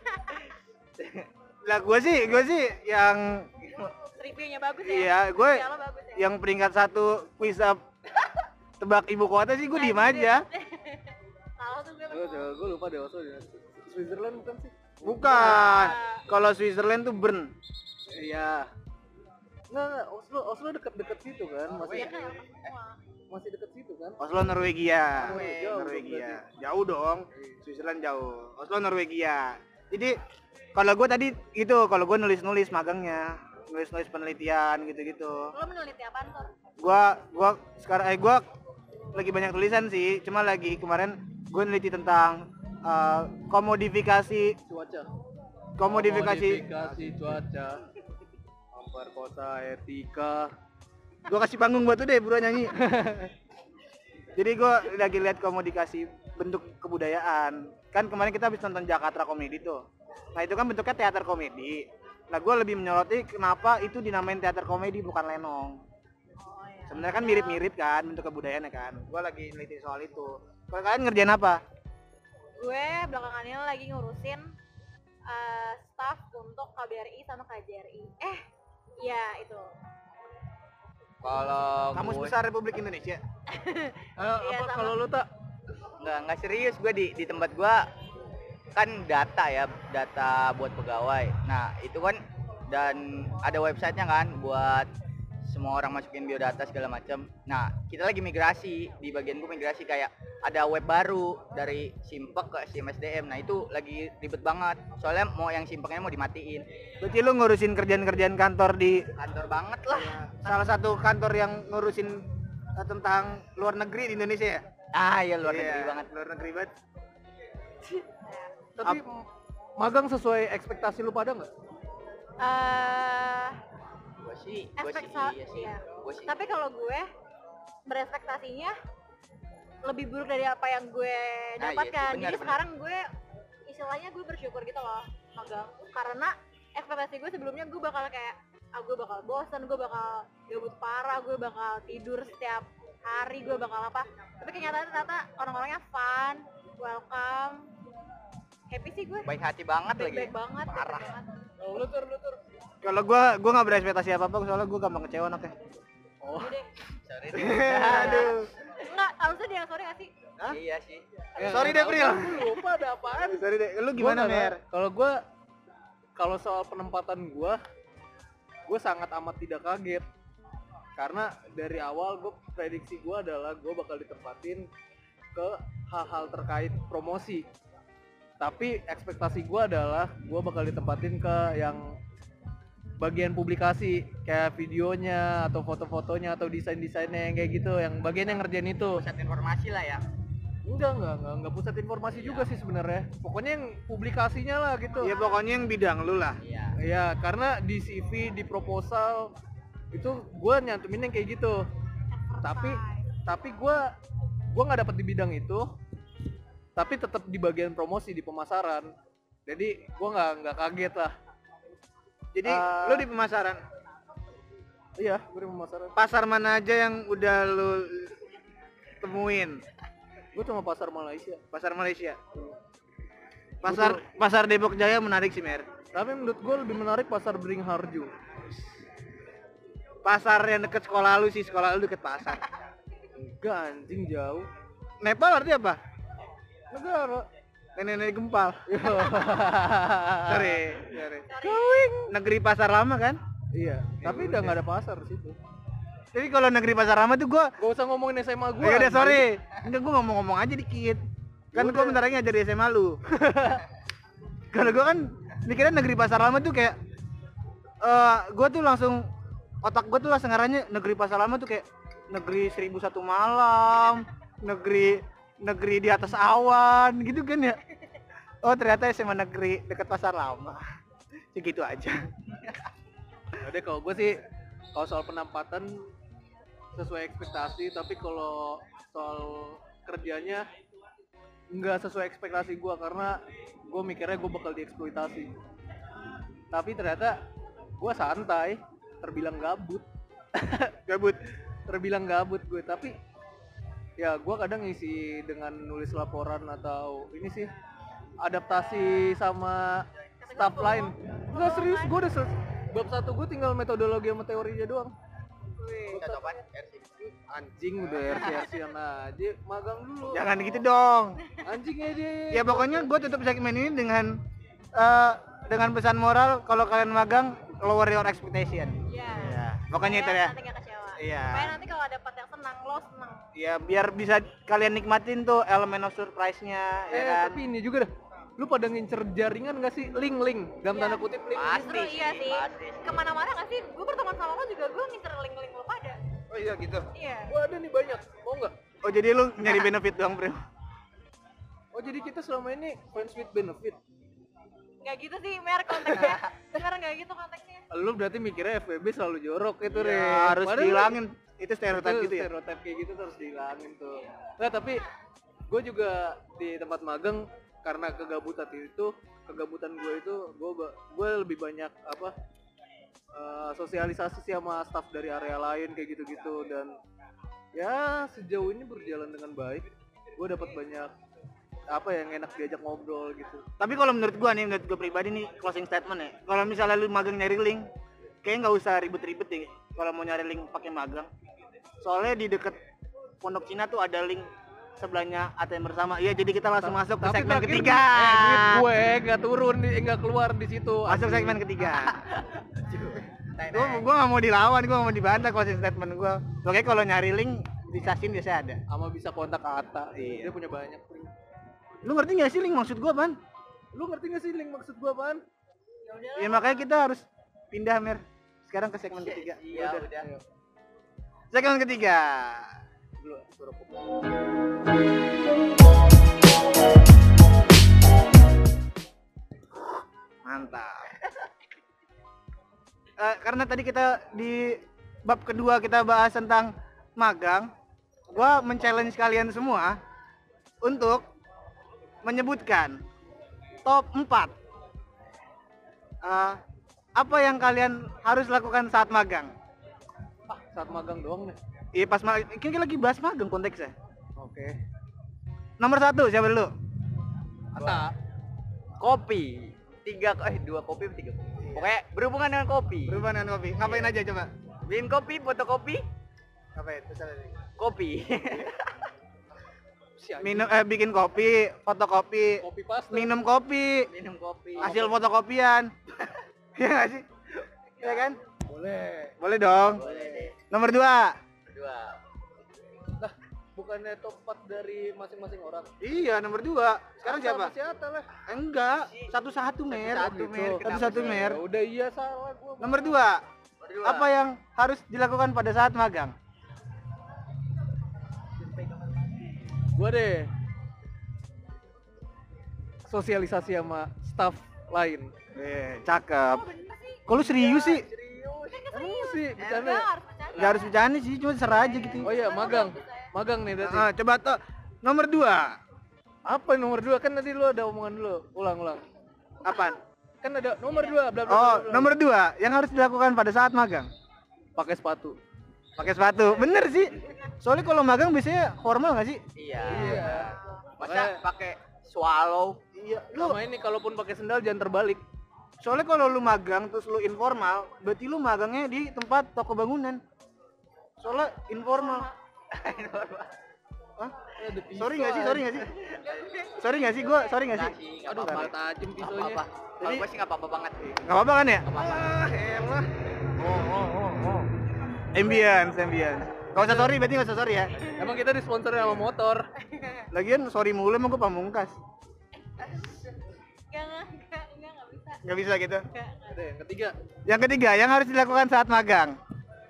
Lah gue sih yang Reviewnya bagus ya? iya gue Sialnya bagus ya? yang peringkat 1 quiz up tebak ibu kota sih gue diem aja. Salah tuh gue Gue lupa deh Oslo. Switzerland bukan sih? Bukan. Kalau Switzerland tuh Bern. Iya. Enggak, Oslo deket-deket situ kan, masih Iya kan semua. masih deket situ kan. Oslo Norwegia. Jauh Norwegia. Jauh dong. Switzerland jauh. Oslo Norwegia. Jadi kalau gue tadi itu kalau gue nulis magangnya, nulis penelitian gitu-gitu. Lo meneliti apaan Tor? Gua sekarang gua lagi banyak tulisan sih, cuma lagi kemarin gue neliti tentang komodifikasi Cuaca. Cuaca. Ampar kota etika. Gue kasih panggung buat tuh deh buru nyanyi. Jadi gue lagi lihat komodifikasi bentuk kebudayaan. Kan kemarin kita habis nonton Jakarta Komedi tuh. Nah itu kan bentuknya teater komedi. Nah gue lebih menyoroti kenapa itu dinamain teater komedi bukan lenong. Oh iya. Sebenarnya kan mirip-mirip kan bentuk kebudayaannya kan. Gue lagi neliti soal itu. Kalau kalian ngerjain apa? Gue belakangan ini lagi ngurusin staff untuk KBRI sama KJRI. Iya itu. Kalau Kamus gue Besar Republik Indonesia. Iya, Apa sama. kalau lu tak? nggak serius, gue di tempat gua kan data buat pegawai. Nah itu kan dan ada websitenya kan buat semua orang masukin biodata segala macam. Nah kita lagi migrasi, di bagian gue migrasi kayak ada web baru dari Simpek ke SIMSDM. Nah itu lagi ribet banget soalnya mau yang Simpeknya mau dimatiin. Berarti lu ngurusin kerjaan-kerjaan kantor di Kantor banget lah. salah satu kantor yang ngurusin tentang luar negeri di Indonesia ya? Iya luar negeri banget. Luar negeri banget. Tapi magang sesuai ekspektasi lu pada nggak? Gue sih Ekspektasi, iya sih. iya. Gua sih Tapi kalau gue berespektasinya lebih buruk dari apa yang gue Nah, iya sih, dapatkan. benar, Jadi benar. sekarang gue istilahnya gue bersyukur gitu loh magang. Karena ekspektasi gue sebelumnya gue bakal kayak gue bakal bosan, gue bakal gabut parah, gue bakal tidur setiap hari, gue bakal apa. Tapi kenyataannya ternyata orang-orangnya fun, welcome, happy sih gue. baik hati banget lagi. Baik-baik banget, Parah. baik-baik banget. Oh, lu tur. Kalau gua nggak berekspektasi apa-apa soalnya gua gampang kecewa anaknya. Oh. Jadi, Sorry deh. Aduh. enggak, harusnya dia yang sorry gak sih? Hah? Iya sih. Sorry deh, Pril. Gue lupa ada apaan. Sorry deh. Lu gimana, Mer? Kalau soal penempatan gue sangat amat tidak kaget. Karena dari awal prediksi gue adalah gue bakal ditempatin ke hal-hal terkait promosi. Tapi ekspektasi gue adalah gue bakal ditempatin ke yang bagian publikasi kayak videonya atau foto-fotonya atau desain-desainnya yang kayak gitu, yang bagian yang ngerjain itu. Pusat informasi lah ya. Enggak pusat informasi juga sih sebenarnya. Pokoknya yang publikasinya lah gitu. Ya pokoknya yang bidang lu lah. Iya. Iya, karena di CV, di proposal itu gue nyantumin yang kayak gitu. Tapi gue nggak dapet di bidang itu. Tapi tetap di bagian promosi, di pemasaran. Jadi gue nggak kaget lah. Jadi lu di pemasaran. Iya, gue di pemasaran. Pasar mana aja yang udah lu temuin? Gue cuma pasar Malaysia. Pasar Malaysia. Pasar Depok Jaya menarik sih, Mer. Tapi menurut gue lebih menarik pasar Beringharjo. Pasar yang deket sekolah lu sih, sekolah lu deket pasar. Enggak anjing, jauh. Nepal artinya apa? Negara. Nenek-nenek gempal. Sorry. Sorry. Negeri pasar lama kan? Iya, tapi udah nggak ada pasar di situ. Tapi kalau negeri pasar lama tuh gua Gak usah ngomongin SMA gue. ya udah sorry. Enggak gua ngomong-ngomong aja dikit. Kan gua bentar lagi ngajar di SMA lu. Kalau gua kan mikirnya negeri pasar lama tuh kayak gua tuh langsung otak gua tuh langsung ngaranya negeri pasar lama tuh kayak negeri 1001 malam, negeri di atas awan gitu kan ya. Oh ternyata SMA negeri dekat pasar lama. Segitu aja. Udah kalau gue sih kalau soal penempatan sesuai ekspektasi, tapi kalau soal kerjanya nggak sesuai ekspektasi gue karena gue mikirnya gue bakal dieksploitasi. Tapi ternyata gue santai. terbilang gabut. Gabut. Terbilang gabut gue, tapi ya gue kadang ngisi dengan nulis laporan atau ini sih adaptasi sama staff lain. Enggak serius, gue udah bab 1 gue tinggal metodologi sama teorinya doang. Contoh apaan? RC. Anjing udah RC-RC-an aja, magang dulu. Jangan gitu dong. Anjingnya dia. Ya pokoknya gue tutup segmen ini dengan pesan moral, kalau kalian magang lower your expectation. Iya. Ya, pokoknya itu ya. Nanti gak kecewa. Iya. Supaya nanti kalau dapat yang senang, lo senang. Ya biar bisa kalian nikmatin tuh elemen of surprise-nya, ya kan. Tapi ini juga dah. Lu pada ngincer jaringan gak sih? Link dalam Iya. tanda kutip link. Justru iya sih. pasti. Kemana-mana gak sih? Gue berteman sama lo juga, gue ngincer link-link lo pada. Oh iya gitu. Iya. Gua ada nih banyak, mau nggak? Oh jadi lu nyari benefit doang, Bro. Oh jadi kita selama ini friends with benefit. Gak gitu sih, Mer, konteksnya. Sekarang gak gitu konteksnya. Lu berarti mikirnya FWB selalu jorok itu, Re. Ya, harus Padahal dihilangin. Itu stereotip itu gitu ya. stereotip kayak gitu tuh harus dihilangin tuh. Nah tapi gue juga di tempat magang karena kegabutan gue itu gue lebih banyak apa sosialisasi sih sama staff dari area lain kayak gitu-gitu, dan ya sejauh ini berjalan dengan baik. Gue dapat banyak apa yang enak diajak ngobrol gitu. Tapi kalau menurut gua pribadi nih, closing statement ya. Kalau misalnya lu magang nyari link, kayaknya nggak usah ribet-ribet deh kalau mau nyari link pakai magang. Soalnya di deket Pondok Cina tuh ada link sebelahnya ATM bersama. Iya, jadi kita langsung masuk ke Tapi segmen terakhir, ketiga. duit gue nggak turun, nggak keluar di situ. Masuk segmen ketiga. Gua nggak mau dilawan, gua nggak mau dibantah closing statement gua. Oke, kalau nyari link di stasiun biasanya ada. Sama bisa kontak Ata. Iya. Dia punya banyak link. Lu ngerti nggak sih link maksud gua, Ban? Lu ngerti gak sih link maksud gua apaan? Ya makanya kita harus pindah, Mer. Sekarang ke segmen ketiga. Iya, udah. Ayo. Segmen ketiga. Dulu, suruh kopi. Mantap. Karena tadi kita di bab kedua kita bahas tentang magang, gua men-challenge kalian semua untuk menyebutkan top 4 apa yang kalian harus lakukan saat magang. Saat magang doang nih. Iya, pas magang, kita lagi bahas magang konteksnya. Oke. Nomor 1 siapa dulu? Ata. Kopi. 2 kopi 3 kopi. Pokoknya berhubungan dengan kopi. Berubah dengan kopi. Ngapain aja coba? Bikin kopi, fotokopi, Ngapain? Terus apa lagi? kopi. Si anjing. Minum bikin kopi, fotokopi, Kopi pasta. minum kopi, Minum kopi. hasil fotokopian. Iya nggak sih? Iya kan? Boleh. Boleh dong. Boleh deh. Nomor 2. Kedua. Lah, bukannya top 4 dari masing-masing orang. Iya, nomor 2. Sekarang siapa? Si Ata lah. Enggak, satu-satu, Mer. Satu-satu, Mer. Satu-satu, Mer. Ya udah iya salah gua. Nomor 2. Kedua. Apa yang harus dilakukan pada saat magang? Gua deh. Sosialisasi sama staff lain. Cakep. Kok lu serius sih? Emang sih Enggak, bercanda. harus bercanda. Gak harus bercanda sih, cuma serah aja gitu. Oh iya, magang. Magang nih berarti. Coba tuh nomor 2. Apa nomor 2? Kan tadi lu ada omongan dulu. Ulang. Apaan? Kan ada nomor 2, bla bla. Oh, bla, bla. nomor 2 yang harus dilakukan pada saat magang. Pakai sepatu. Pakai sepatu. Bener sih. Soalnya kalau magang biasanya formal nggak sih? Iya. Iya. Masa pakai swallow? Iya. Lu Sama ini kalaupun pakai sendal jangan terbalik. soalnya kalau lu magang terus lu informal, berarti lu magangnya di tempat toko bangunan. Soalnya informal. Hah? Ada pisau Sorry nggak sih? aja. Sorry nggak sih? Sorry nggak sih? Aduh, malah tajam pisaunya. Apa-apa. Kalau Jadi- gue sih nggak apa-apa banget sih. Nggak apa-apa kan ya? Ah, elah. Ambience. Gak usah sorry, berarti gak usah sorry ya. Emang kita disponsori sama motor. Lagian sorry mulu emang gue pamungkas. Enggak bisa. Nggak bisa gitu. Ada yang ketiga. Yang ketiga, yang harus dilakukan saat magang.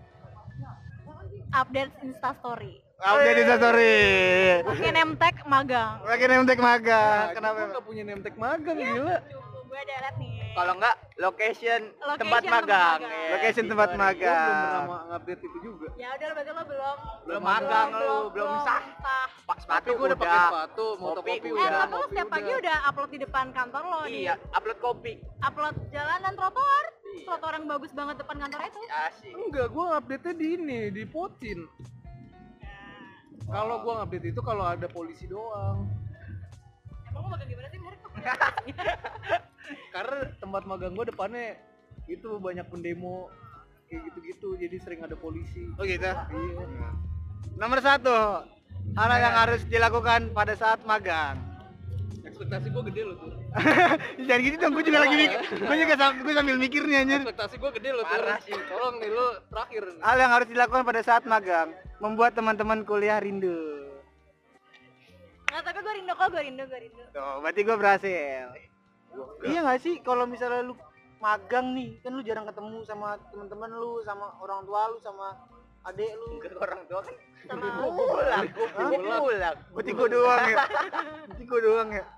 Update Instastory. Update Instastory. Pakai name tag magang. Pakai name tag magang. Kenapa Kenapa? nggak punya name tag magang gila? Gue ada liat nih. Kalau nggak location tempat tempat magang. magang. Ya, Location di tempat story. Gua belum pernah magang. ngupdate itu juga. Ya udah berarti lo belum. Belum magang lu, belum sah. Pak sepatu Tapi gua udah pakai sepatu, moto kopi kopi udah. udah. Tapi lo setiap pagi udah upload di depan kantor lo Iya, upload kopi. Upload jalan dan trotoar. trotoar yang bagus banget depan kantor itu. Asik. Enggak, gua update-nya di ini, di Pocin. Kalau gua update itu kalau ada polisi doang. Emang lu magang gimana sih, Mer? Karena tempat magang gua depannya itu banyak pendemo kayak gitu-gitu, jadi sering ada polisi. Oh gitu. Iya. Nomor 1, hal yang harus dilakukan pada saat magang. Ekspektasi gua gede loh tuh. Jangan gitu dong, gue juga lagi mikir. Gue sambil mikir nih anjir. Ekspektasi gua gede loh tuh. Parah sih. Tolong nih lu terakhir. Hal yang harus dilakukan pada saat magang, membuat teman-teman kuliah rindu. Nggak, tapi gue rindu kok, gue rindu. Tuh, berarti gue berhasil. Iya nggak sih, kalau misalnya lu magang nih, kan lu jarang ketemu sama teman-teman lu, sama orang tua lu, sama adek lu. Enggak, orang tua kan Sama pulang. Berarti gue doang ya. Berarti gue doang ya.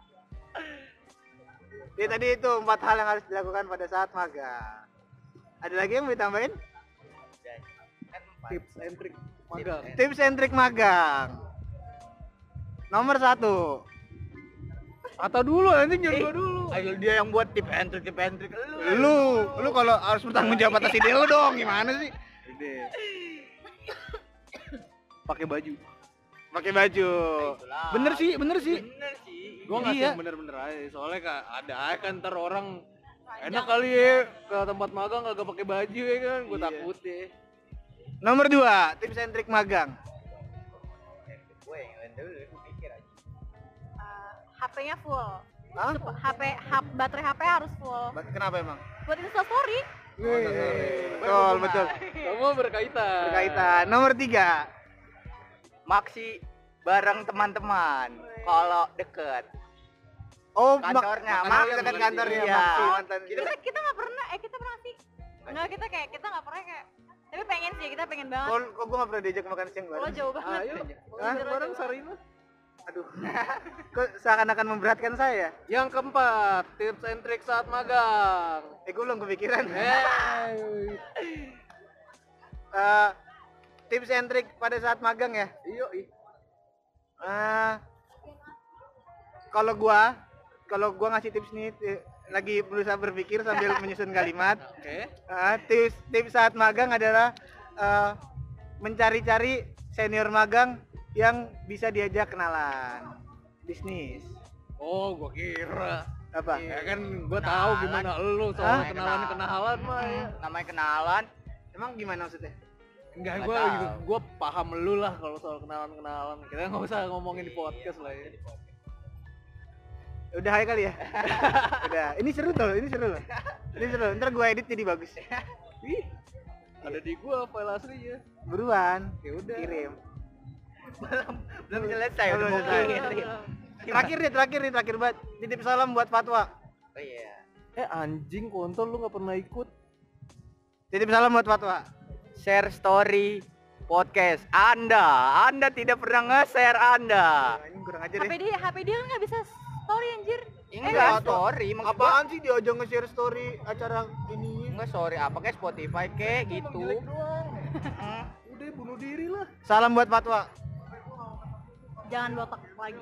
Jadi tadi itu 4 hal yang harus dilakukan pada saat magang. Ada lagi yang mau ditambahin? Kan Tips and trick magang. Tips and trick magang. Nomor 1. Atau dulu nanti nyuruh gua dulu. Ayo dia yang buat tip and trick Lu kalau harus bertanggung jawab atas ide lu dong, gimana sih? Gede. Pakai baju. Pakai baju. Bener sih. Bener sih. Gua ngasih Iya. yang bener-bener aja. Soalnya ada aja kan ntar orang enak kali ya ke tempat magang kagak pakai baju ya kan. Gua Iya. takut deh. Nomor 2, tips and trick magang. Gue yang dulu pikir aja. HP-nya full. Hah? Baterai HP harus full. Kenapa emang? Buat Insta story. Betul. Semua berkaitan. Berkaitan. Nomor 3. Maksi bareng teman-teman kalau deket. Oh, Kantornya, maksudnya magang kan kantornya, iya. maksi mantan. Kita nggak pernah, kita pernah sih. Nggak, kita nggak pernah kayak. Tapi pengen sih, kita pengen banget. Kok gue gak pernah diajak makan siang Lo bareng? jauh banget. Ayo, Hah? bareng Sarina. Aduh. Kok seakan-akan memberatkan saya? Yang keempat, tips and trick saat magang. Gue belum kepikiran. Tips and trick pada saat magang ya? Iyo, Kalau gua ngasih tips nih, lagi berusaha berpikir sambil menyusun kalimat. Oke. Tips saat magang adalah mencari-cari senior magang yang bisa diajak kenalan bisnis. Oh, gua kira. Apa? Ya kan gua tahu gimana lu soal kenalan mah ya. Namanya kenalan. Emang gimana maksudnya? Enggak, Nggak gua tahu. juga gua paham lu lah kalau soal kenalan. Kita nggak usah ngomongin di podcast lah ya. Udah aja kali ya. Udah. Ini seru loh. Ntar gua edit jadi bagus. Ih, ada di gua file aslinya. Buruan. Ya udah. Kirim. Belum selesai udah Belum mau selesai. kirim. Terakhir banget. Titip salam buat Fatwa. Oh iya. Anjing kontol lu nggak pernah ikut. Titip salam buat Fatwa. Share story podcast Anda tidak pernah nge-share Anda. Ini kurang aja deh. HP dia kan nggak bisa story anjir. Enggak story maksud gua. Apaan sih dia aja nge-share story acara ini? Enggak story apa kayak Spotify kayak gitu. Udah bunuh diri lah. Salam buat Fatwa. Jangan botak lagi.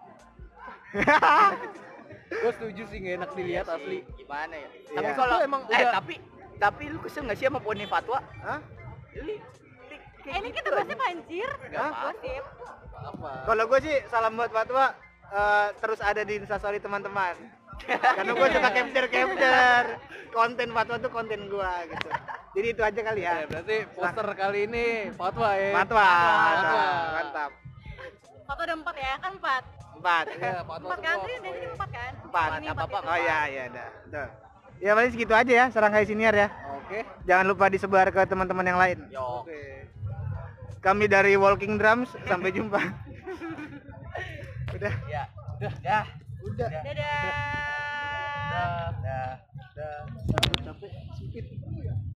Gua setuju sih nggak enak dilihat Iya sih, asli. gimana ya? Iya. Tapi kalau Itu emang udah- tapi lu kesel nggak sih sama Poni Fatwa? Hah? Ini kita gosip anjir. Hah? Gosip. Apa? Kalau gue sih salam buat Fatwa, terus ada di Instastory teman-teman. Karena gue suka capture konten Fatwa tuh konten gue gitu. Jadi itu aja kali ya. Ya, berarti poster kali ini Fatwa ya. Fatwa. Fatwa. Mantap. Foto ada 4 ya, kan 4. 4. Iya, Fatwa 4 kan, semua. Tri dari sini 4 kan? 4. Ini Apa-apa, 4 itu. Oh iya, dah. Udah. Ya paling segitu aja ya, Serangkai Siniar ya. Oke. Jangan lupa disebar ke teman-teman yang lain. Yo. Oke. Kami dari Walking Drums, sampai jumpa. Udah. Ya. Dah. Udah. Dadah. Dah. Capek, sempit.